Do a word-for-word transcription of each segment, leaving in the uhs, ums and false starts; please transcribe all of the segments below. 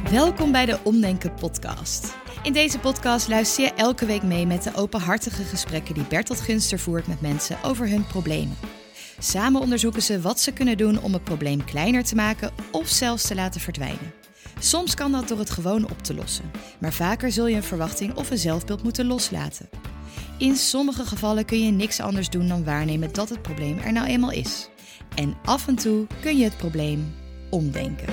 Welkom bij de Omdenken podcast. In deze podcast luister je elke week mee met de openhartige gesprekken die Bertolt Gunster voert met mensen over hun problemen. Samen onderzoeken ze wat ze kunnen doen om het probleem kleiner te maken of zelfs te laten verdwijnen. Soms kan dat door het gewoon op te lossen, maar vaker zul je een verwachting of een zelfbeeld moeten loslaten. In sommige gevallen kun je niks anders doen dan waarnemen dat het probleem er nou eenmaal is. En af en toe kun je het probleem omdenken.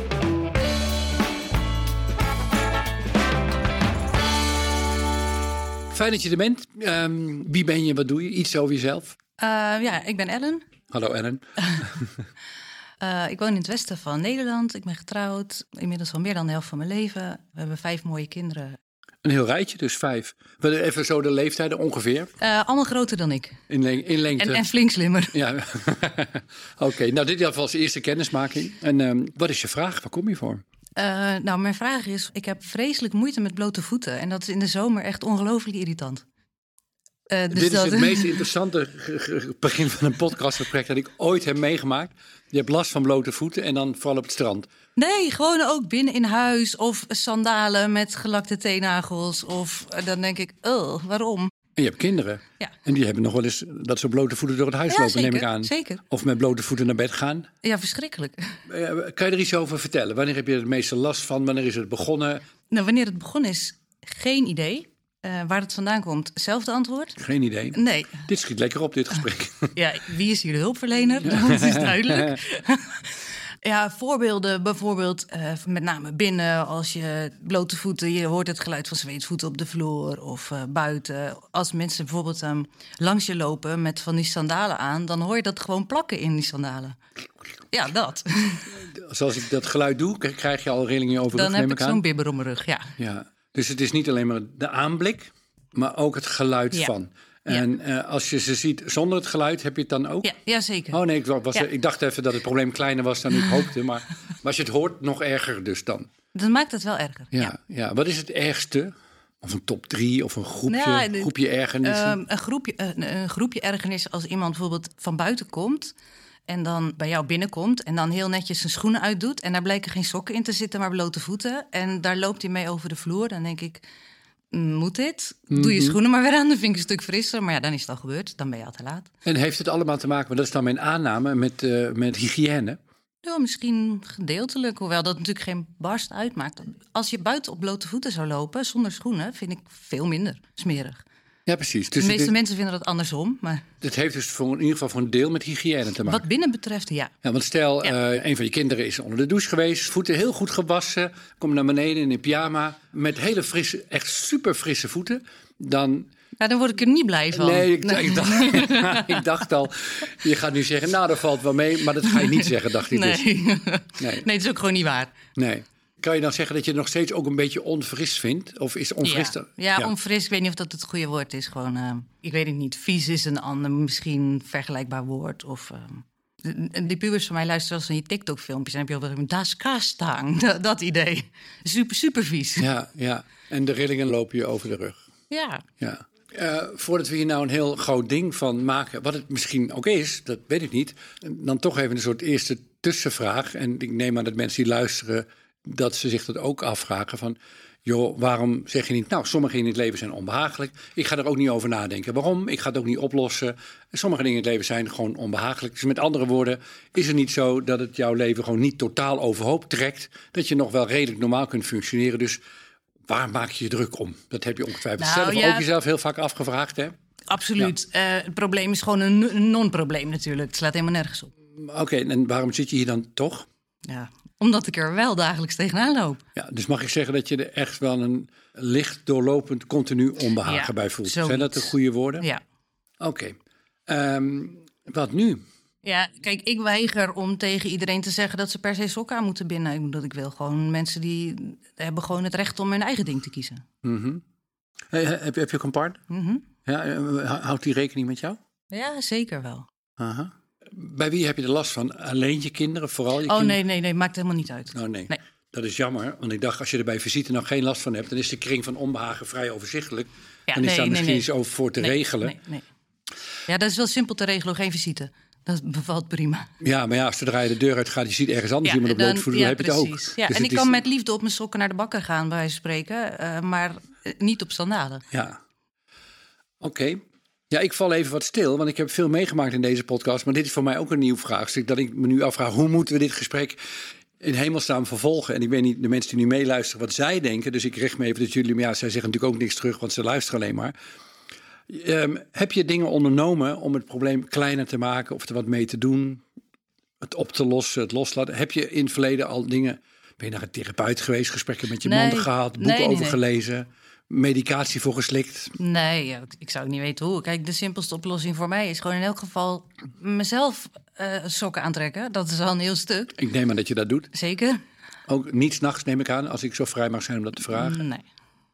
Fijn dat je er bent. Um, wie ben je, wat doe je? Iets over jezelf? Uh, ja, ik ben Ellen. Hallo Ellen. uh, ik woon in het westen van Nederland. Ik ben getrouwd. Inmiddels al meer dan de helft van mijn leven. We hebben vijf mooie kinderen. Een heel rijtje, dus vijf. Even zo de leeftijden ongeveer? Uh, allemaal groter dan ik. In, le- in lengte? En, en flink slimmer. Ja. Oké, okay, nou dit was de eerste kennismaking. En um, wat is je vraag? Waar kom je voor? Uh, nou, mijn vraag is, ik heb vreselijk moeite met blote voeten. En dat is in de zomer echt ongelooflijk irritant. Uh, dus Dit is dat... het meest interessante g- g- begin van een podcastgesprek dat ik ooit heb meegemaakt. Je hebt last van blote voeten en dan vooral op het strand. Nee, gewoon ook binnen in huis of sandalen met gelakte teennagels. Of uh, dan denk ik, oh, waarom? En je hebt kinderen. Ja. En die hebben nog wel eens dat ze blote voeten door het huis ja, lopen, zeker, neem ik aan. Zeker. Of met blote voeten naar bed gaan. Ja, verschrikkelijk. Uh, kan je er iets over vertellen? Wanneer heb je er het meeste last van? Wanneer is het begonnen? Nou, wanneer het begonnen is, geen idee. Uh, waar het vandaan komt, hetzelfde antwoord? Geen idee. Nee. Dit schiet lekker op, dit gesprek. Ja, wie is hier de hulpverlener? Dat is duidelijk. Ja, voorbeelden bijvoorbeeld, uh, met name binnen, als je blote voeten, je hoort het geluid van zweetvoeten op de vloer of uh, buiten. Als mensen bijvoorbeeld um, langs je lopen met van die sandalen aan, dan hoor je dat gewoon plakken in die sandalen. Ja, dat. Zoals ik dat geluid doe, krijg je al rillingen over de rug, dan heb neem ik aan. zo'n bibber om mijn rug, ja. Ja. Dus het is niet alleen maar de aanblik, maar ook het geluid ja. van. En ja. uh, als je ze ziet zonder het geluid, heb je het dan ook? Ja, ja zeker. Oh nee, ik, was, ja. ik dacht even dat het probleem kleiner was dan ik hoopte. Maar, maar als je het hoort, nog erger dus dan. Dan maakt het wel erger. Ja, ja. ja. Wat is het ergste? Of een top drie of een groepje, ja, de, groepje ergernissen? Uh, een, groepje, uh, een groepje ergernissen als iemand bijvoorbeeld van buiten komt en dan bij jou binnenkomt en dan heel netjes zijn schoenen uitdoet en daar blijken geen sokken in te zitten, maar blote voeten. En daar loopt hij mee over de vloer. Dan denk ik, moet dit? Doe je schoenen maar weer aan, dan vind ik een stuk frisser. Maar ja, dan is het al gebeurd, dan ben je al te laat. En heeft het allemaal te maken, maar dat is dan mijn aanname, met, uh, met hygiëne? Ja, misschien gedeeltelijk, hoewel dat natuurlijk geen barst uitmaakt. Als je buiten op blote voeten zou lopen, zonder schoenen, vind ik veel minder smerig. Ja, precies. Dus de meeste dit, mensen vinden dat andersom. Maar het heeft dus voor, in ieder geval voor een deel met hygiëne te maken. Wat binnen betreft, ja. Ja, want stel, ja. Uh, een van je kinderen is onder de douche geweest, voeten heel goed gewassen, komt naar beneden in een pyjama met hele frisse, echt super frisse voeten. Dan... Ja, dan word ik er niet blij van. Nee, ik, nee. ik, dacht, ik dacht al, je gaat nu zeggen, nou, dat valt wel mee, maar dat ga je niet zeggen, dacht ik nee. dus. Nee. nee, dat is ook gewoon niet waar. Nee. Kan je dan zeggen dat je het nog steeds ook een beetje onfris vindt? Of is onfris? Ja, ja, ja, onfris. Ik weet niet of dat het goede woord is. Gewoon, uh, ik weet het niet. Vies is een ander, misschien vergelijkbaar woord. Of uh, die pubers van mij luisteren als naar je TikTok-filmpjes. En dan heb je over das kastang. Dat, dat idee. Super, super vies. Ja, ja. En de rillingen lopen je over de rug. Ja. Ja. Uh, voordat we hier nou een heel groot ding van maken, wat het misschien ook is, dat weet ik niet. Dan toch even een soort eerste tussenvraag. En ik neem aan dat mensen die luisteren, dat ze zich dat ook afvragen van, joh, waarom zeg je niet, nou, sommigen in het leven zijn onbehagelijk. Ik ga er ook niet over nadenken. Waarom? Ik ga het ook niet oplossen. Sommige dingen in het leven zijn gewoon onbehagelijk. Dus met andere woorden, is het niet zo dat het jouw leven gewoon niet totaal overhoop trekt, dat je nog wel redelijk normaal kunt functioneren. Dus waar maak je je druk om? Dat heb je ongetwijfeld nou, zelf ja. ook jezelf heel vaak afgevraagd, hè? Absoluut. Ja. Uh, het probleem is gewoon een non-probleem natuurlijk. Het slaat helemaal nergens op. Oké, okay, en waarom zit je hier dan toch? Ja, omdat ik er wel dagelijks tegenaan loop. Ja, dus mag ik zeggen dat je er echt wel een licht doorlopend continu onbehagen ja, bij voelt? Zoiets. Zijn dat de goede woorden? Ja. Oké. Okay. Um, wat nu? Ja, kijk, ik weiger om tegen iedereen te zeggen dat ze per se sokken aan moeten binden. Omdat ik wil gewoon mensen die hebben gewoon het recht om hun eigen ding te kiezen. Mm-hmm. Hey, heb, je, heb je ook een partner? Mm-hmm. Ja, houdt die rekening met jou? Ja, zeker wel. Aha. Bij wie heb je de last van? Alleen je kinderen, vooral je oh, kinderen? nee, nee, nee, maakt helemaal niet uit. Oh, nee. nee. Dat is jammer, want ik dacht, als je er bij visite nog geen last van hebt, dan is de kring van onbehagen vrij overzichtelijk. Ja, en is nee, daar nee, misschien nee. iets over voor te nee, regelen. Nee, nee. Ja, dat is wel simpel te regelen, geen visite. Dat bevalt prima. Ja, maar ja, zodra je de deur uit gaat, je ziet ergens anders Ja, iemand op dan- blote voeten, ja, dan heb je het ook. precies. Ja, Dus en het ik kan is- met liefde op mijn sokken naar de bakker gaan, bij wijze van spreken. Uh, maar uh, niet op sandalen. Ja, oké. Okay. Ja, ik val even wat stil, want ik heb veel meegemaakt in deze podcast. Maar dit is voor mij ook een nieuw vraagstuk. Dat ik me nu afvraag, hoe moeten we dit gesprek in hemelsnaam vervolgen? En ik weet niet, de mensen die nu meeluisteren, wat zij denken. Dus ik richt me even tot jullie. Maar ja, zij zeggen natuurlijk ook niks terug, want ze luisteren alleen maar. Um, heb je dingen ondernomen om het probleem kleiner te maken of er wat mee te doen? Het op te lossen, het loslaten. Heb je in het verleden al dingen... Ben je naar een therapeut geweest, gesprekken met je Nee. man gehad, boeken Nee, nee, over nee. gelezen, medicatie voor geslikt? Nee, ja, ik, ik zou ook niet weten hoe. Kijk, de simpelste oplossing voor mij is gewoon in elk geval mezelf uh, sokken aantrekken. Dat is al een heel stuk. Ik neem aan dat je dat doet. Zeker? Ook niet 's nachts, neem ik aan, als ik zo vrij mag zijn om dat te vragen. Nee.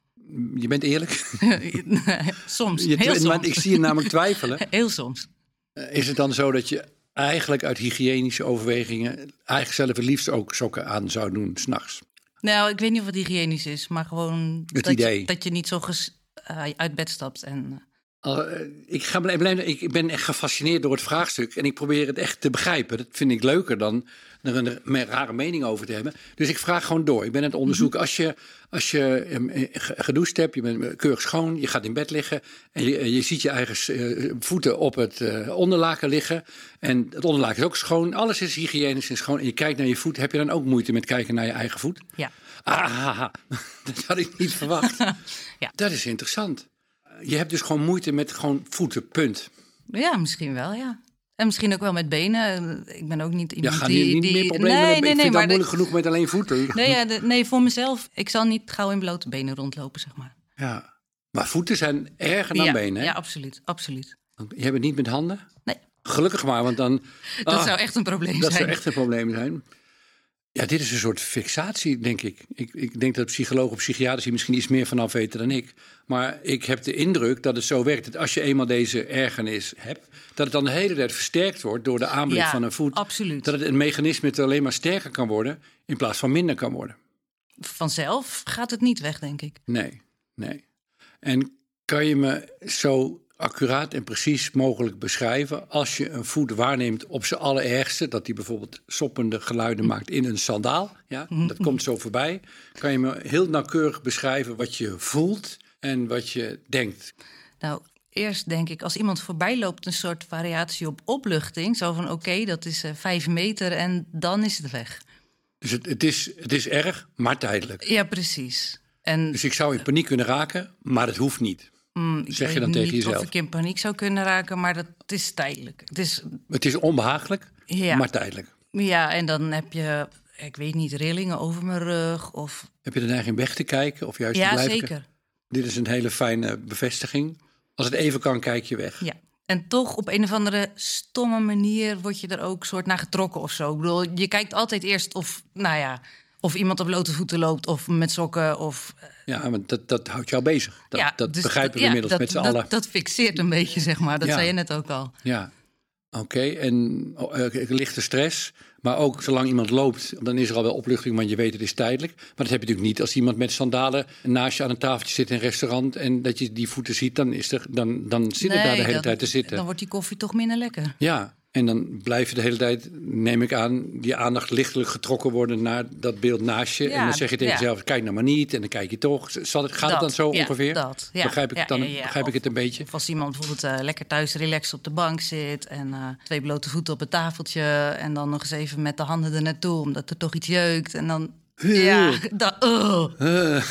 Je bent eerlijk? Nee, soms. Je, Heel soms. want ik zie je namelijk twijfelen. Heel soms. Uh, Is het dan zo dat je eigenlijk uit hygiënische overwegingen eigenlijk zelf het liefst ook sokken aan zou doen 's nachts? Nou, ik weet niet of het hygiënisch is, maar gewoon Het dat, idee. Je, dat je niet zo ges, uh, uit bed stapt. En, uh, Uh, ik, ga, blij, ik ben echt gefascineerd door het vraagstuk en ik probeer het echt te begrijpen. Dat vind ik leuker dan er een, een rare mening over te hebben. Dus ik vraag gewoon door. Ik ben aan het onderzoeken. Als je, als je um, gedoucht hebt, je bent keurig schoon, je gaat in bed liggen en je, je ziet je eigen uh, voeten op het uh, onderlaken liggen. En het onderlaken is ook schoon. Alles is hygiënisch en schoon. En je kijkt naar je voet. Heb je dan ook moeite met kijken naar je eigen voet? ja. Ah, dat had ik niet verwacht. Ja. Dat is interessant. Je hebt dus gewoon moeite met gewoon voeten, punt. Ja, misschien wel, ja. En misschien ook wel met benen. Ik ben ook niet Ja, iemand ga die... niet, niet die... meer problemen nee, hebben. nee, Ik nee, vind maar dat moeilijk genoeg met alleen voeten. Nee, ja, de, nee, voor mezelf. Ik zal niet gauw in blote benen rondlopen, zeg maar. Ja. Maar voeten zijn erger dan ja, benen, hè? Ja, absoluut, absoluut. Je hebt het niet met handen? Nee. Gelukkig maar, want dan... Dat ah, zou echt een probleem dat zijn. zou echt een probleem zijn. Ja, dit is een soort fixatie, denk ik. Ik, ik denk dat psychologen of psychiaters hier misschien iets meer vanaf weten dan ik. Maar ik heb de indruk dat het zo werkt dat als je eenmaal deze ergernis hebt, dat het dan de hele tijd versterkt wordt door de aanblik Ja, van een voet. absoluut. Dat het een mechanisme dat alleen maar sterker kan worden in plaats van minder kan worden. Vanzelf gaat het niet weg, denk ik. Nee, nee. En kan je me zo accuraat en precies mogelijk beschrijven als je een voet waarneemt op zijn allerergste, dat die bijvoorbeeld soppende geluiden maakt in een sandaal, ja, dat komt zo voorbij. Kan je me heel nauwkeurig beschrijven wat je voelt en wat je denkt? Nou, eerst denk ik, als iemand voorbij loopt, een soort variatie op opluchting. Zo van, oké, okay, dat is uh, vijf meter en dan is het weg. Dus het, het, is, het is erg, maar tijdelijk. Ja, precies. En, dus ik zou in paniek kunnen raken, maar dat hoeft niet. Mm, ik zeg je dan weet tegen niet jezelf? of ik in paniek zou kunnen raken, maar dat is tijdelijk. Het is, het is onbehagelijk, ja. maar tijdelijk. Ja, en dan heb je, ik weet niet, rillingen over mijn rug. Of... Heb je de neiging weg te kijken of juist ja, te blijven? Zeker. Dit is een hele fijne bevestiging. Als het even kan, kijk je weg. Ja. En toch op een of andere stomme manier word je er ook soort naar getrokken of zo. Ik bedoel, je kijkt altijd eerst of, nou ja, of iemand op blote voeten loopt of met sokken of... Ja, maar dat, dat houdt jou bezig. Dat, ja, dat dus begrijpen we ja, inmiddels dat, met z'n dat, allen. Dat fixeert een beetje, zeg maar. Dat Ja. zei je net ook al. Ja, oké. Okay. En uh, lichte stress. Maar ook zolang iemand loopt, dan is er al wel opluchting, want je weet het is tijdelijk. Maar dat heb je natuurlijk niet als iemand met sandalen naast je aan een tafeltje zit in een restaurant en dat je die voeten ziet, dan, is er, dan, dan zit nee, het daar de hele dat, tijd te zitten. Dan wordt die koffie toch minder lekker. Ja, en dan blijf je de hele tijd, neem ik aan, die aandacht lichtelijk getrokken worden naar dat beeld naast je. Ja, en dan zeg je tegen ja. jezelf, kijk nou maar niet. En dan kijk je toch. Zal het, gaat dat, het dan zo ja, ongeveer? Dat, ja. Begrijp ik, het, ja, dan, ja, ja. begrijp ik of, het een beetje? Of als iemand bijvoorbeeld uh, lekker thuis relaxed op de bank zit en uh, twee blote voeten op het tafeltje en dan nog eens even met de handen er naartoe, omdat er toch iets jeukt. En dan, Huh. ja, dat, uh. Uh.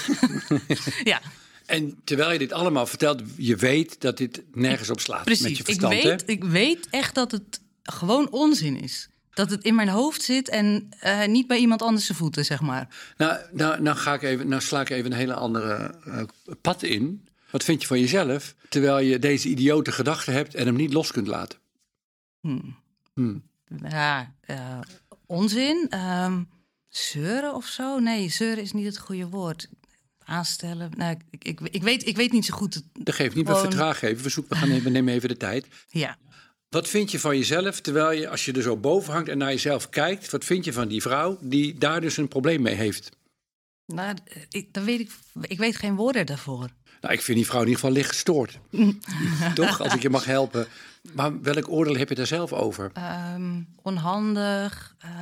ja. En terwijl je dit allemaal vertelt, je weet dat dit nergens op slaat. Precies, met je verstand, ik, weet, hè? ik weet echt dat het gewoon onzin is. Dat het in mijn hoofd zit en uh, niet bij iemand anders zijn voeten, zeg maar. Nou, nou, nou, ga ik even, nou sla ik even een hele andere uh, pad in. Wat vind je van jezelf, terwijl je deze idiote gedachten hebt en hem niet los kunt laten? Hmm. Hmm. Ja, uh, onzin. Um, zeuren of zo? Nee, zeuren is niet het goede woord. Aanstellen. Nou, ik, ik, ik, weet, ik weet niet zo goed. Dat geeft niet, Gewoon... we vertraag even. We, zoeken, we, gaan even, we nemen even de tijd. Ja. Wat vind je van jezelf, terwijl je, als je er zo boven hangt en naar jezelf kijkt, wat vind je van die vrouw die daar dus een probleem mee heeft? Nou, ik, dan weet ik, ik weet geen woorden daarvoor. Nou, ik vind die vrouw in ieder geval licht gestoord. Toch, als ik je mag helpen. Maar welk oordeel heb je daar zelf over? Um, onhandig. Uh,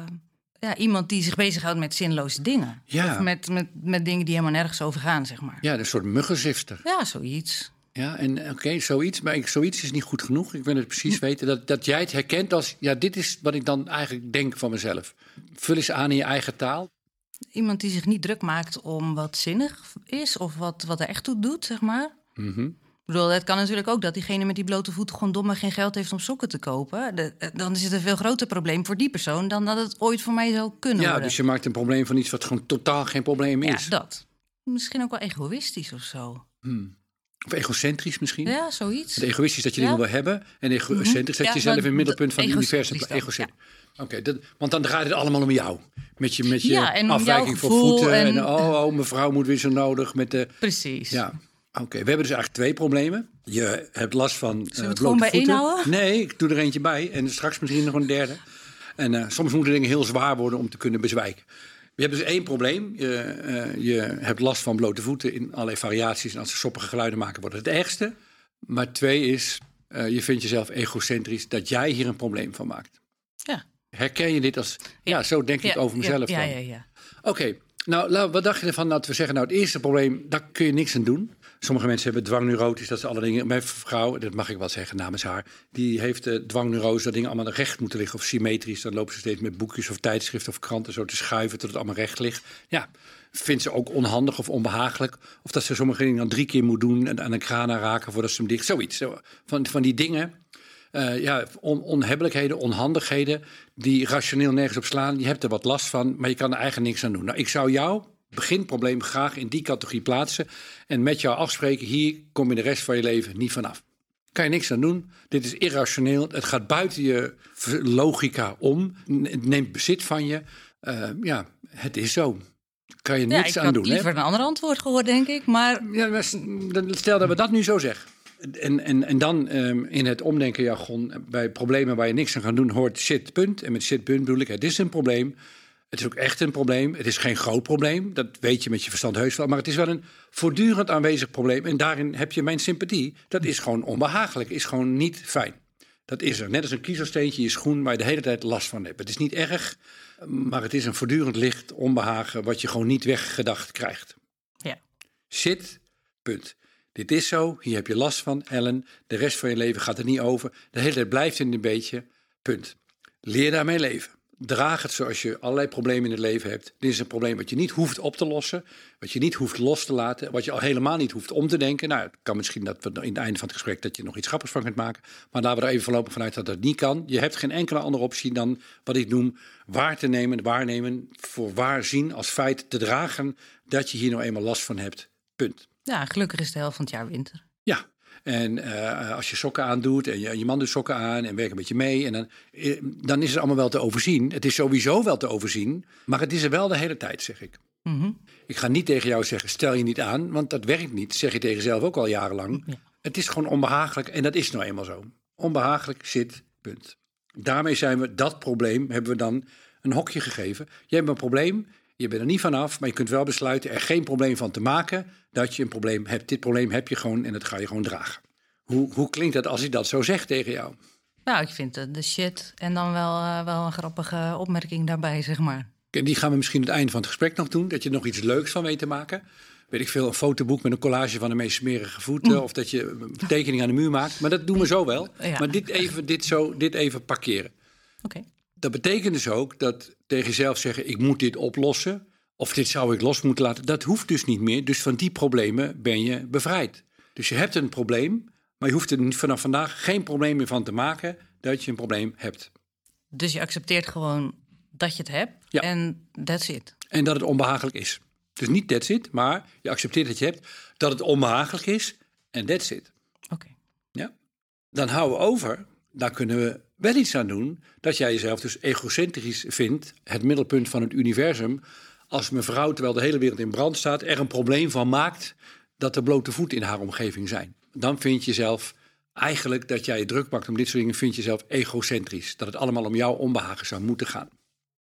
ja, iemand die zich bezighoudt met zinloze dingen. Ja. Of met, met, met dingen die helemaal nergens over gaan, zeg maar. Ja, een soort muggenzifter. Ja, zoiets. Ja, en oké, okay, zoiets. Maar ik, zoiets is niet goed genoeg. Ik wil het precies weten. Dat, dat jij het herkent als... Ja, dit is wat ik dan eigenlijk denk van mezelf. Vul eens aan in je eigen taal. Iemand die zich niet druk maakt om wat zinnig is... of wat, wat er echt toe doet, zeg maar. Mm-hmm. Ik bedoel, het kan natuurlijk ook dat diegene met die blote voeten... gewoon domme geen geld heeft om sokken te kopen. De, dan is het een veel groter probleem voor die persoon... dan dat het ooit voor mij zou kunnen ja, worden. Ja, dus je maakt een probleem van iets wat gewoon totaal geen probleem is. Ja, dat. Misschien ook wel egoïstisch of zo. Hmm. Of egocentrisch misschien? Ja, zoiets. Het egoïstisch dat je ja. dingen wil hebben... en egocentrisch mm-hmm. dat ja, je zelf in het middelpunt van het universum... Egocentrisch. Ja. Oké, okay, want dan gaat het allemaal om jou. Met je, met je ja, en afwijking voor voeten. En, en oh, oh, mevrouw moet weer zo nodig. Met de... Precies. Ja. Oké, okay, we hebben dus eigenlijk twee problemen. Je hebt last van uh, Zullen we het gewoon bij één houden? Nee, ik doe er eentje bij. En straks misschien nog een derde. En uh, soms moeten dingen heel zwaar worden om te kunnen bezwijken. Je hebt dus één probleem. Je, uh, je hebt last van blote voeten in allerlei variaties. En als ze soppige geluiden maken, wordt het het ergste. Maar twee is, uh, je vindt jezelf egocentrisch... dat jij hier een probleem van maakt. Ja. Herken je dit als... Ja, ja zo denk ik ja, over mezelf ja, dan. Ja, ja, ja. Oké, okay, nou, wat dacht je ervan dat we zeggen... nou, het eerste probleem, daar kun je niks aan doen. Sommige mensen hebben dwangneurotisch, dat ze alle dingen... Mijn vrouw, dat mag ik wel zeggen namens haar... die heeft uh, dwangneurose, dat dingen allemaal recht moeten liggen... of symmetrisch, dan lopen ze steeds met boekjes of tijdschriften of kranten... zo te schuiven tot het allemaal recht ligt. Ja, vindt ze ook onhandig of onbehagelijk. Of dat ze sommige dingen dan drie keer moet doen... en aan een kraan raken voordat ze hem dicht... Zoiets, zo, van, van die dingen... Uh, ja, on, onhebbelijkheden, onhandigheden... die rationeel nergens op slaan. Je hebt er wat last van, maar je kan er eigenlijk niks aan doen. Nou, ik zou jou... beginprobleem graag in die categorie plaatsen... en met jou afspreken, hier kom je de rest van je leven niet vanaf. Kan je niks aan doen, dit is irrationeel... het gaat buiten je logica om, het neemt bezit van je. Uh, ja, het is zo. Kan je ja, niks aan doen. Ik had liever hè? een ander antwoord gehoord, denk ik, maar... Ja, stel dat we dat nu zo zeggen. En, en, en dan um, in het omdenkenjargon... bij problemen waar je niks aan kan doen, hoort shit, punt. En met shit, punt bedoel ik, het is een probleem... Het is ook echt een probleem. Het is geen groot probleem. Dat weet je met je verstand heus wel. Maar het is wel een voortdurend aanwezig probleem. En daarin heb je mijn sympathie. Dat is gewoon onbehagelijk. Is gewoon niet fijn. Dat is er. Net als een kiezelsteentje in je schoen waar je de hele tijd last van hebt. Het is niet erg. Maar het is een voortdurend licht onbehagen wat je gewoon niet weggedacht krijgt. Ja. Shit, punt. Dit is zo. Hier heb je last van, Ellen. De rest van je leven gaat er niet over. De hele tijd blijft het een beetje. Punt. Leer daarmee leven. Draag het zoals je allerlei problemen in het leven hebt. Dit is een probleem wat je niet hoeft op te lossen. Wat je niet hoeft los te laten. Wat je al helemaal niet hoeft om te denken. Nou, het kan misschien dat we in het einde van het gesprek... dat je nog iets grappigs van kunt maken. Maar laten we er even voorlopig vanuit dat dat niet kan. Je hebt geen enkele andere optie dan wat ik noem... waar te nemen, waarnemen, voor waar zien als feit te dragen... dat je hier nou eenmaal last van hebt. Punt. Ja, gelukkig is de helft van het jaar winter. Ja. En uh, als je sokken aandoet en je, je man doet sokken aan en werkt een beetje mee... En dan, dan is het allemaal wel te overzien. Het is sowieso wel te overzien, maar het is er wel de hele tijd, zeg ik. Mm-hmm. Ik ga niet tegen jou zeggen, stel je niet aan, want dat werkt niet. Dat zeg je tegen jezelf ook al jarenlang. Ja. Het is gewoon onbehagelijk en dat is nou eenmaal zo. Onbehagelijk zit, punt. Daarmee zijn we, dat probleem hebben we dan een hokje gegeven. Je hebt een probleem, je bent er niet vanaf, maar je kunt wel besluiten er geen probleem van te maken... dat je een probleem hebt. Dit probleem heb je gewoon en dat ga je gewoon dragen. Hoe, hoe klinkt dat als ik dat zo zeg tegen jou? Nou, ik vind de shit en dan wel, uh, wel een grappige opmerking daarbij, zeg maar. En die gaan we misschien aan het einde van het gesprek nog doen. Dat je er nog iets leuks van weet te maken. Weet ik veel, een fotoboek met een collage van de meest smerige voeten. Mm. Of dat je een tekening aan de muur maakt. Maar dat doen we zo wel. Ja. Maar dit even, dit zo, dit even parkeren. Oké. Okay. Dat betekent dus ook dat tegen jezelf zeggen... ik moet dit oplossen of dit zou ik los moeten laten. Dat hoeft dus niet meer. Dus van die problemen ben je bevrijd. Dus je hebt een probleem, maar je hoeft er vanaf vandaag geen probleem meer van te maken... dat je een probleem hebt. Dus je accepteert gewoon dat je het hebt ja. en that's it. En dat het onbehagelijk is. Dus niet that's it, maar je accepteert dat je hebt... dat het onbehagelijk is en that's it. Oké. Okay. Ja? Dan houden we over, daar kunnen we wel iets aan doen... dat jij jezelf dus egocentrisch vindt... het middelpunt van het universum... als mevrouw, terwijl de hele wereld in brand staat... er een probleem van maakt dat er blote voeten in haar omgeving zijn. Dan vind je jezelf eigenlijk dat jij je druk maakt om dit soort dingen... vind je jezelf egocentrisch. Dat het allemaal om jouw onbehagen zou moeten gaan.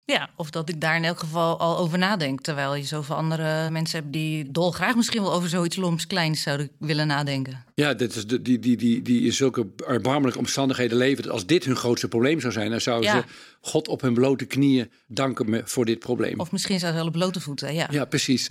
Ja, of dat ik daar in elk geval al over nadenk. Terwijl je zoveel andere mensen hebt die dolgraag misschien wel over zoiets loms kleins zouden willen nadenken. Ja, dit is de, die, die, die, die in zulke erbarmelijke omstandigheden leven. Dat als dit hun grootste probleem zou zijn, dan zouden Ja. ze God op hun blote knieën danken me voor dit probleem. Of misschien zelfs wel op blote voeten, ja. Ja, precies.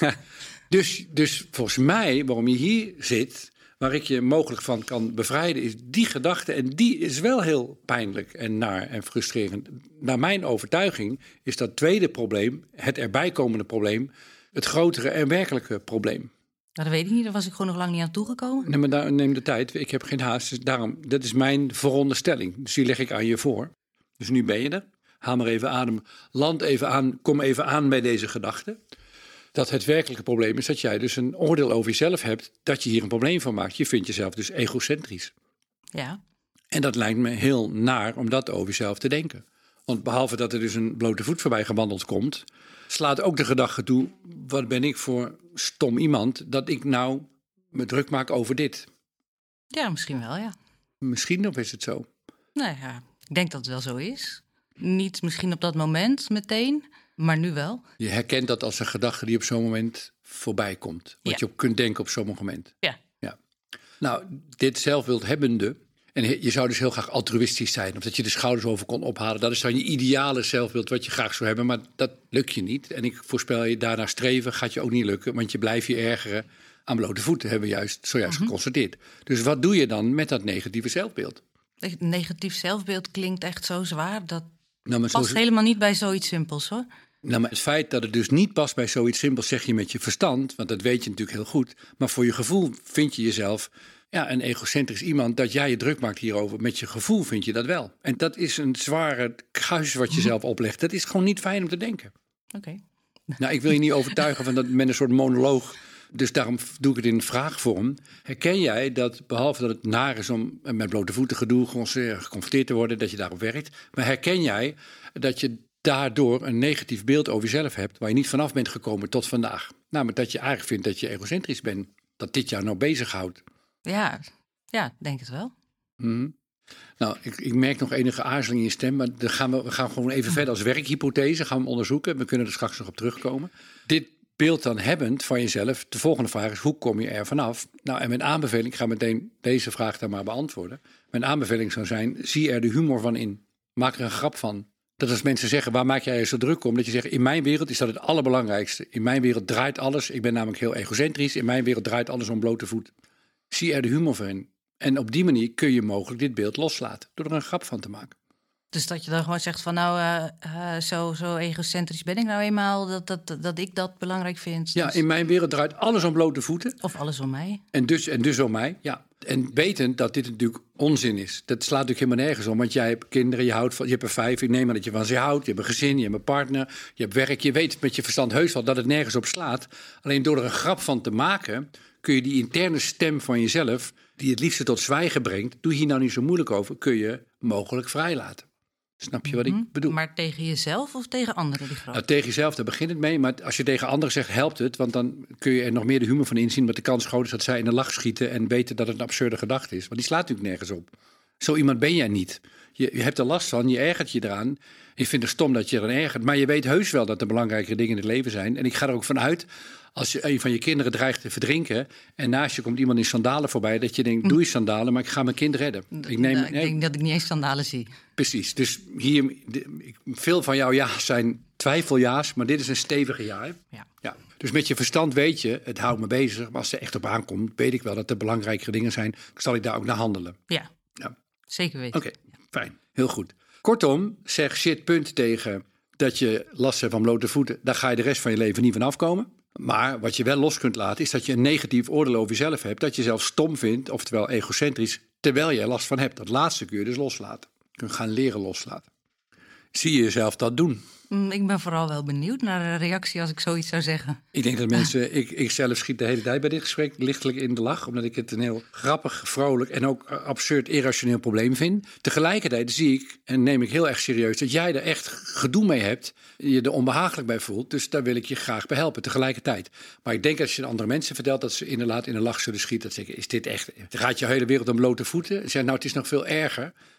dus, dus volgens mij, waarom je hier zit, waar ik je mogelijk van kan bevrijden, is die gedachte. En die is wel heel pijnlijk en naar en frustrerend. Naar mijn overtuiging is dat tweede probleem, het erbijkomende probleem, het grotere en werkelijke probleem. Nou, dat weet ik niet, daar was ik gewoon nog lang niet aan toegekomen. Nee, maar daar, neem de tijd. Ik heb geen haast. Dus daarom, dat is mijn veronderstelling. Dus die leg ik aan je voor. Dus nu ben je er. Haal maar even adem. Land even aan. Kom even aan bij deze gedachte. Dat het werkelijke probleem is dat jij dus een oordeel over jezelf hebt. Dat je hier een probleem van maakt. Je vindt jezelf dus egocentrisch. Ja. En dat lijkt me heel naar om dat over jezelf te denken. Want behalve dat er dus een blote voet voorbij gewandeld komt, slaat ook de gedachte toe, wat ben ik voor stom iemand dat ik nou me druk maak over dit. Ja, misschien wel, ja. Misschien of is het zo? Nou ja, ik denk dat het wel zo is. Niet misschien op dat moment meteen, maar nu wel. Je herkent dat als een gedachte die op zo'n moment voorbij komt. Wat Ja. je op kunt denken op zo'n moment. Ja. Ja. Nou, dit zelfbeeld hebbende, en je zou dus heel graag altruïstisch zijn, of dat je de schouders over kon ophalen. Dat is dan je ideale zelfbeeld wat je graag zou hebben, maar dat lukt je niet. En ik voorspel je, daarna streven gaat je ook niet lukken, want je blijft je ergeren aan blote voeten, hebben we juist, zojuist Mhm. geconstateerd. Dus wat doe je dan met dat negatieve zelfbeeld? Echt, negatief zelfbeeld klinkt echt zo zwaar. Dat Nou, maar, past zo, helemaal niet bij zoiets simpels, hoor. nou, maar het feit dat het dus niet past bij zoiets simpels, zeg je met je verstand, want dat weet je natuurlijk heel goed. Maar voor je gevoel vind je jezelf ja, een egocentrisch iemand, dat jij je druk maakt hierover. Met je gevoel vind je dat wel. En dat is een zware kruis wat je zelf oplegt. Dat is gewoon niet fijn om te denken. Oké. Nou, ik wil je niet overtuigen van dat met een soort monoloog. Dus daarom doe ik het in vraagvorm. Herken jij dat, behalve dat het naar is om met blote voeten gedoe geconfronteerd te worden, dat je daarop werkt. Maar herken jij dat je daardoor een negatief beeld over jezelf hebt, waar je niet vanaf bent gekomen tot vandaag? Namelijk dat je eigenlijk vindt dat je egocentrisch bent. Dat dit jou nou bezighoudt. Ja, ja, denk het wel. Hmm. Nou, ik, ik merk nog enige aarzeling in je stem, maar dan gaan we, we gaan gewoon even verder als werkhypothese, gaan we hem onderzoeken. We kunnen er straks nog op terugkomen. Dit beeld dan hebbend van jezelf, de volgende vraag is, hoe kom je er vanaf? Nou, en mijn aanbeveling, ik ga meteen deze vraag dan maar beantwoorden. Mijn aanbeveling zou zijn, zie er de humor van in. Maak er een grap van. Dat als mensen zeggen, waar maak jij je zo druk om? Dat je zegt, in mijn wereld is dat het allerbelangrijkste. In mijn wereld draait alles, ik ben namelijk heel egocentrisch, in mijn wereld draait alles om blote voet. Zie er de humor van in. En op die manier kun je mogelijk dit beeld loslaten. Door er een grap van te maken. Dus dat je dan gewoon zegt van nou, uh, uh, zo, zo egocentrisch ben ik nou eenmaal, dat, dat, dat ik dat belangrijk vind. Ja, Dus- in mijn wereld draait alles om blote voeten. Of alles om mij. En dus, en dus om mij, ja. En wetend dat dit natuurlijk onzin is. Dat slaat natuurlijk helemaal nergens om. Want jij hebt kinderen, je, houdt van, je hebt er vijf. Ik neem aan dat je van ze houdt. Je hebt een gezin, je hebt een partner. Je hebt werk. Je weet met je verstand heus wel dat het nergens op slaat. Alleen door er een grap van te maken, kun je die interne stem van jezelf, die het liefste tot zwijgen brengt, doe hier nou niet zo moeilijk over, kun je mogelijk vrijlaten. Snap je wat Hm? ik bedoel? Maar tegen jezelf of tegen anderen die grap? Nou, tegen jezelf, daar begint het mee. Maar als je tegen anderen zegt, helpt het. Want dan kun je er nog meer de humor van inzien. Maar de kans groot is dat zij in de lach schieten en weten dat het een absurde gedachte is. Want die slaat natuurlijk nergens op. Zo iemand ben jij niet. Je, je hebt er last van, je ergert je eraan. Je vindt het stom dat je er ergert. Maar je weet heus wel dat er belangrijke dingen in het leven zijn. En ik ga er ook vanuit, als je een van je kinderen dreigt te verdrinken en naast je komt iemand in sandalen voorbij, dat je denkt, doe je sandalen, maar ik ga mijn kind redden. Ik, neem, Nou, ik nee, denk dat ik niet eens sandalen zie. precies. Dus hier, de- ik- veel van jouw ja's zijn twijfelja's, maar dit is een stevige ja. Hè? Ja. Ja. Dus met je verstand weet je, het houdt me bezig. Maar als er echt op aankomt, weet ik wel dat er belangrijkere dingen zijn. Zal ik daar ook naar handelen. Ja, Ja. zeker weten. Oké, fijn. Heel goed. Kortom, zeg shit punt tegen dat je last hebt van blote voeten. Daar ga je de rest van je leven niet van afkomen. Maar wat je wel los kunt laten, is dat je een negatief oordeel over jezelf hebt. Dat je zelf stom vindt, oftewel egocentrisch, terwijl je er last van hebt. Dat laatste kun je dus loslaten. Je kunt gaan leren loslaten. Zie je jezelf dat doen? Mm, Ik ben vooral wel benieuwd naar de reactie als ik zoiets zou zeggen. Ik denk dat mensen, ik, ik zelf schiet de hele tijd bij dit gesprek lichtelijk in de lach. Omdat ik het een heel grappig, vrolijk en ook absurd irrationeel probleem vind. Tegelijkertijd zie ik en neem ik heel erg serieus dat jij er echt gedoe mee hebt. Je er onbehagelijk bij voelt. Dus daar wil ik je graag bij helpen tegelijkertijd. Maar ik denk als je andere mensen vertelt dat ze inderdaad in de lach zullen schieten. Dat ze zeggen, is dit echt, gaat je hele wereld om blote voeten? En zeggen, nou het is nog veel erger.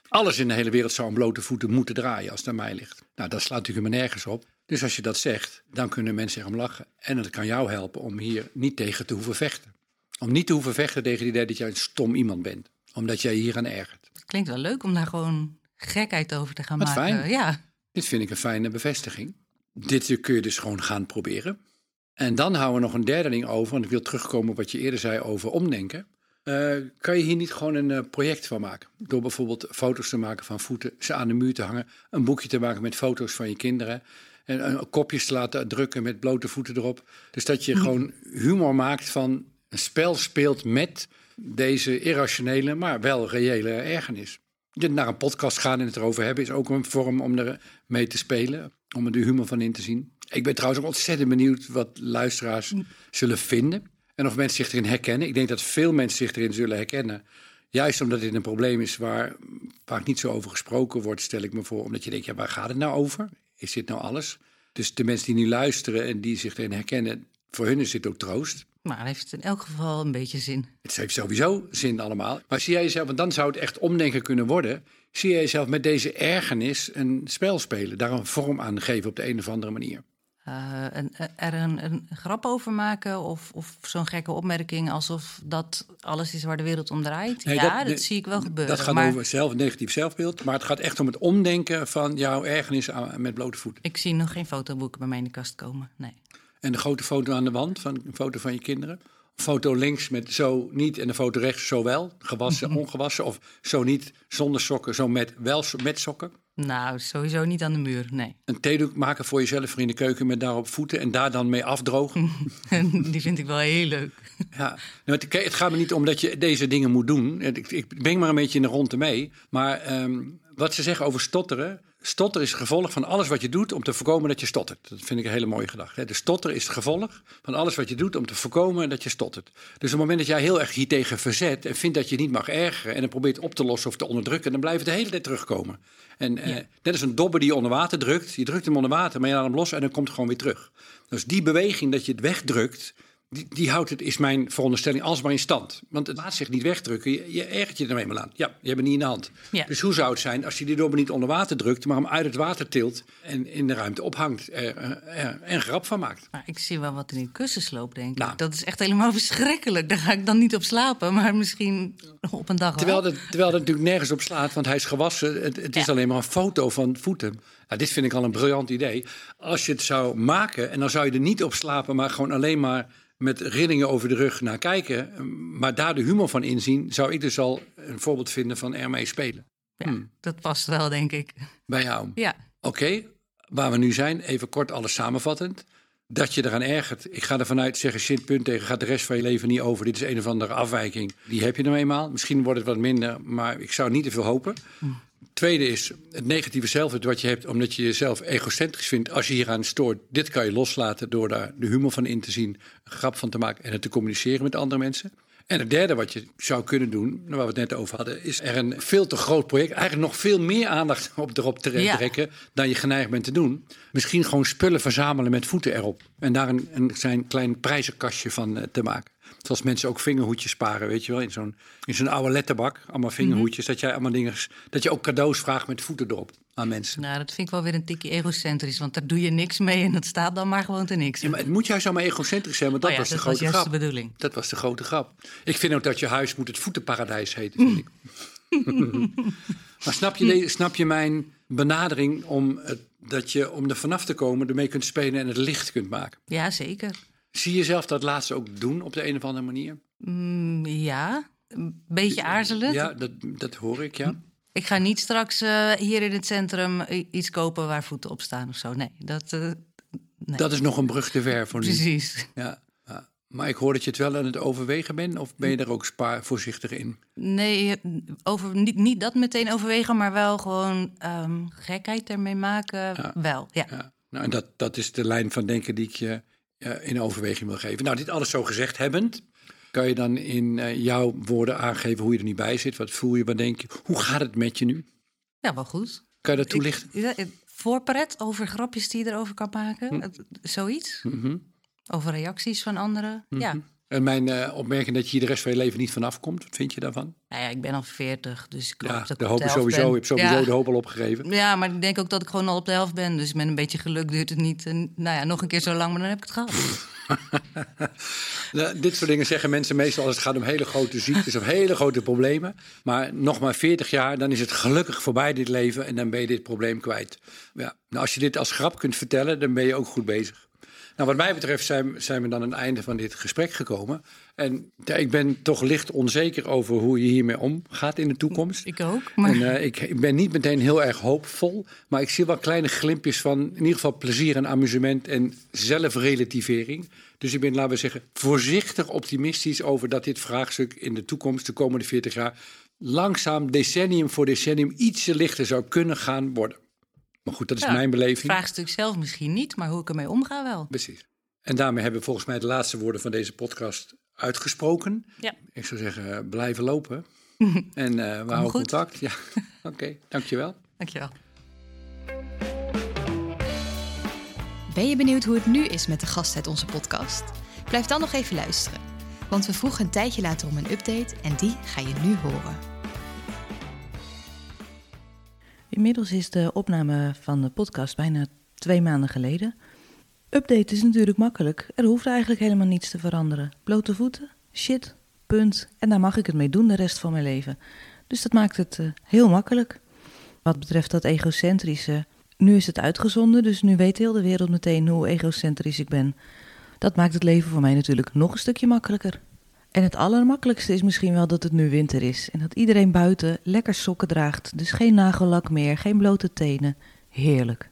Alles in de hele wereld zou om blote voeten moeten draaien als het aan mij ligt. Nou, dat slaat natuurlijk helemaal nergens op. Dus als je dat zegt, dan kunnen mensen erom lachen. En dat kan jou helpen om hier niet tegen te hoeven vechten. Om niet te hoeven vechten tegen het idee dat jij een stom iemand bent. Omdat jij hier aan ergert. Het klinkt wel leuk om daar gewoon gekheid over te gaan Wat maken. fijn. Ja. Dit vind ik een fijne bevestiging. Dit kun je dus gewoon gaan proberen. En dan houden we nog een derde ding over. En ik wil terugkomen op wat je eerder zei over omdenken. Uh, kan je hier niet gewoon een uh, project van maken? Door bijvoorbeeld foto's te maken van voeten, ze aan de muur te hangen. Een boekje te maken met foto's van je kinderen. En uh, kopjes te laten drukken met blote voeten erop. Dus dat je gewoon humor maakt van een spel speelt met deze irrationele, maar wel reële ergernis. Je naar een podcast gaan en het erover hebben is ook een vorm om er mee te spelen. Om er de humor van in te zien. Ik ben trouwens ook ontzettend benieuwd wat luisteraars zullen vinden. En of mensen zich erin herkennen. Ik denk dat veel mensen zich erin zullen herkennen. Juist omdat dit een probleem is waar vaak niet zo over gesproken wordt, stel ik me voor. Omdat je denkt, ja, waar gaat het nou over? Is dit nou alles? Dus de mensen die nu luisteren en die zich erin herkennen, voor hun is dit ook troost. Maar heeft het in elk geval een beetje zin. Het heeft sowieso zin allemaal. Maar zie jij jezelf, want dan zou het echt omdenken kunnen worden. Zie jij jezelf met deze ergernis een spel spelen? Daar een vorm aan geven op de een of andere manier? Uh, een, er een, een grap over maken of, of zo'n gekke opmerking alsof dat alles is waar de wereld om draait. Nee, ja, dat, dat zie ik wel gebeuren. Dat gaat maar over zelf, negatief zelfbeeld. Maar het gaat echt om het omdenken van jouw ergernis aan, met blote voeten. Ik zie nog geen fotoboeken bij mij in de kast komen, nee. En de grote foto aan de wand, van, een foto van je kinderen? Een foto links met zo niet en een foto rechts zo wel. Gewassen, ongewassen. Of zo niet zonder sokken, zo met wel met sokken. Nou, sowieso niet aan de muur, nee. Een theedoek maken voor jezelf voor in de keuken met daarop voeten en daar dan mee afdrogen. Die vind ik wel heel leuk. Ja, nou, het, het gaat me niet om dat je deze dingen moet doen. Ik, ik breng maar een beetje in de ronde mee. Maar um, wat ze zeggen over stotteren. Stotteren is het gevolg van alles wat je doet om te voorkomen dat je stottert. Dat vind ik een hele mooie gedachte. De stotteren is het gevolg van alles wat je doet om te voorkomen dat je stottert. Dus op het moment dat jij heel erg hiertegen verzet en vindt dat je niet mag ergeren en dan probeert op te lossen of te onderdrukken, dan blijft het de hele tijd terugkomen. En ja. eh, net als een dobber die je onder water drukt. Je drukt hem onder water, maar je laat hem los en dan komt het gewoon weer terug. Dus die beweging dat je het wegdrukt, Die, die houdt het, is mijn veronderstelling, alsmaar in stand. Want het laat zich niet wegdrukken. Je, je ergert je er eenmaal aan. Ja, je hebt het niet in de hand. Ja. Dus hoe zou het zijn als je die dobber niet onder water drukt, maar hem uit het water tilt en in de ruimte ophangt er, er, en grap van maakt? Maar ik zie wel wat in die kussensloop, denk ik. Nou. Dat is echt helemaal verschrikkelijk. Daar ga ik dan niet op slapen, maar misschien op een dag terwijl wel. Het, terwijl het natuurlijk nergens op slaat, want hij is gewassen. Het, het is ja. alleen maar een foto van voeten. Nou, dit vind ik al een briljant idee. Als je het zou maken en dan zou je er niet op slapen, maar gewoon alleen maar met rillingen over de rug naar kijken, maar daar de humor van inzien, zou ik dus al een voorbeeld vinden van ermee spelen. Ja, hmm. Dat past wel, denk ik. Bij jou? Ja. Oké, okay, waar we nu zijn, even kort alles samenvattend. Dat je eraan ergert. Ik ga ervan uit, zeggen shit, punt tegen, gaat de rest van je leven niet over. Dit is een of andere afwijking. Die heb je nou eenmaal. Misschien wordt het wat minder, maar ik zou niet te veel hopen. Hmm. Tweede is het negatieve zelfbeeld wat je hebt, omdat je jezelf egocentrisch vindt. Als je hieraan stoort, dit kan je loslaten door daar de humor van in te zien, een grap van te maken en het te communiceren met andere mensen. En het derde wat je zou kunnen doen, waar we het net over hadden, is er een veel te groot project, eigenlijk nog veel meer aandacht op, erop te trekken ja. dan je geneigd bent te doen. Misschien gewoon spullen verzamelen met voeten erop en daar een, een zijn klein prijzenkastje van uh, te maken. Zoals mensen ook vingerhoedjes sparen, weet je wel, in zo'n, in zo'n oude letterbak, allemaal vingerhoedjes, mm-hmm. dat jij allemaal dingen, dat je ook cadeaus vraagt met voeten erop aan mensen. Nou, dat vind ik wel weer een tikje egocentrisch, want daar doe je niks mee en dat staat dan maar gewoon te niks. Ja, maar het moet juist allemaal egocentrisch zijn, want dat oh ja, was de dat grote was grap. De bedoeling. Dat was de grote grap. Ik vind ook dat je huis moet het voetenparadijs heten, vind ik. Maar snap je, de, snap je mijn benadering om, het, dat je om er vanaf te komen ermee kunt spelen en het licht kunt maken? Ja, zeker. Zie je jezelf dat laatste ook doen op de een of andere manier? Mm, ja, een beetje aarzelen. Ja, dat, dat hoor ik, ja. Ik ga niet straks uh, hier in het centrum iets kopen waar voeten op staan of zo. Nee, dat, uh, nee. dat is nog een brug te ver voor nu. Precies. Ja, ja. Maar ik hoor dat je het wel aan het overwegen bent, of ben je er ook spaar voorzichtig in? Nee, over, niet, niet dat meteen overwegen, maar wel gewoon um, gekheid ermee maken. Ja. Wel, ja. ja. Nou, en dat, dat is de lijn van denken die ik je uh, in overweging wil geven. Nou, dit alles zo gezegd hebbend, kan je dan in uh, jouw woorden aangeven hoe je er niet bij zit? Wat voel je, wat denk je? Hoe gaat het met je nu? Ja, wel goed. Kan je dat toelichten? Ik, ja, voorpret over grapjes die je erover kan maken, hm. Zoiets. Mm-hmm. Over reacties van anderen. Mm-hmm. Ja, En mijn uh, opmerking dat je hier de rest van je leven niet vanaf komt, wat vind je daarvan? Nou ja, ik ben al veertig, dus ik hoop ja, dat ik de op hoop de helft sowieso, ben. je hebt sowieso ja. de hoop al opgegeven. Ja, maar ik denk ook dat ik gewoon al op de helft ben. Dus met een beetje geluk duurt het niet. En, nou ja, nog een keer zo lang, maar dan heb ik het gehad. Nou, dit soort dingen zeggen mensen meestal als het gaat om hele grote ziektes of hele grote problemen. Maar nog maar veertig jaar, dan is het gelukkig voorbij dit leven en dan ben je dit probleem kwijt. Ja, nou, als je dit als grap kunt vertellen, dan ben je ook goed bezig. Nou, wat mij betreft zijn, zijn we dan aan het einde van dit gesprek gekomen. En ja, ik ben toch licht onzeker over hoe je hiermee omgaat in de toekomst. Ik ook. Maar... En, uh, ik, ik ben niet meteen heel erg hoopvol, maar ik zie wel kleine glimpjes van in ieder geval plezier en amusement en zelfrelativering. Dus ik ben, laten we zeggen, voorzichtig optimistisch over dat dit vraagstuk in de toekomst, de komende veertig jaar, langzaam decennium voor decennium ietsje lichter zou kunnen gaan worden. Maar goed, dat is ja, mijn beleving. Vraagstuk zelf misschien niet, maar hoe ik ermee omga wel. Precies. En daarmee hebben we volgens mij de laatste woorden van deze podcast uitgesproken. Ja. Ik zou zeggen, blijven lopen. en uh, we houden goed. contact. Ja. Oké, okay, dankjewel. Dankjewel. Ben je benieuwd hoe het nu is met de gast uit onze podcast? Blijf dan nog even luisteren. Want we vroegen een tijdje later om een update en die ga je nu horen. Inmiddels is de opname van de podcast bijna twee maanden geleden. Update is natuurlijk makkelijk. Er hoeft eigenlijk helemaal niets te veranderen. Blote voeten, shit, punt. En daar mag ik het mee doen de rest van mijn leven. Dus dat maakt het uh, heel makkelijk. Wat betreft dat egocentrische, nu is het uitgezonden, dus nu weet heel de wereld meteen hoe egocentrisch ik ben. Dat maakt het leven voor mij natuurlijk nog een stukje makkelijker. En het allermakkelijkste is misschien wel dat het nu winter is. En dat iedereen buiten lekker sokken draagt. Dus geen nagellak meer, geen blote tenen. Heerlijk.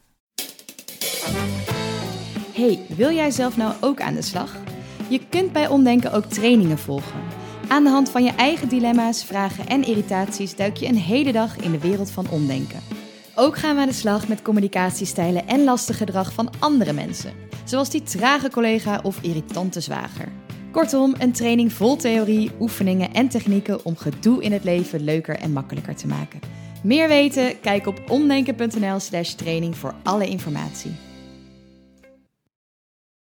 Hey, wil jij zelf nou ook aan de slag? Je kunt bij Omdenken ook trainingen volgen. Aan de hand van je eigen dilemma's, vragen en irritaties duik je een hele dag in de wereld van omdenken. Ook gaan we aan de slag met communicatiestijlen en lastig gedrag van andere mensen. Zoals die trage collega of irritante zwager. Kortom, een training vol theorie, oefeningen en technieken om gedoe in het leven leuker en makkelijker te maken. Meer weten? Kijk op omdenken punt n l slash training voor alle informatie.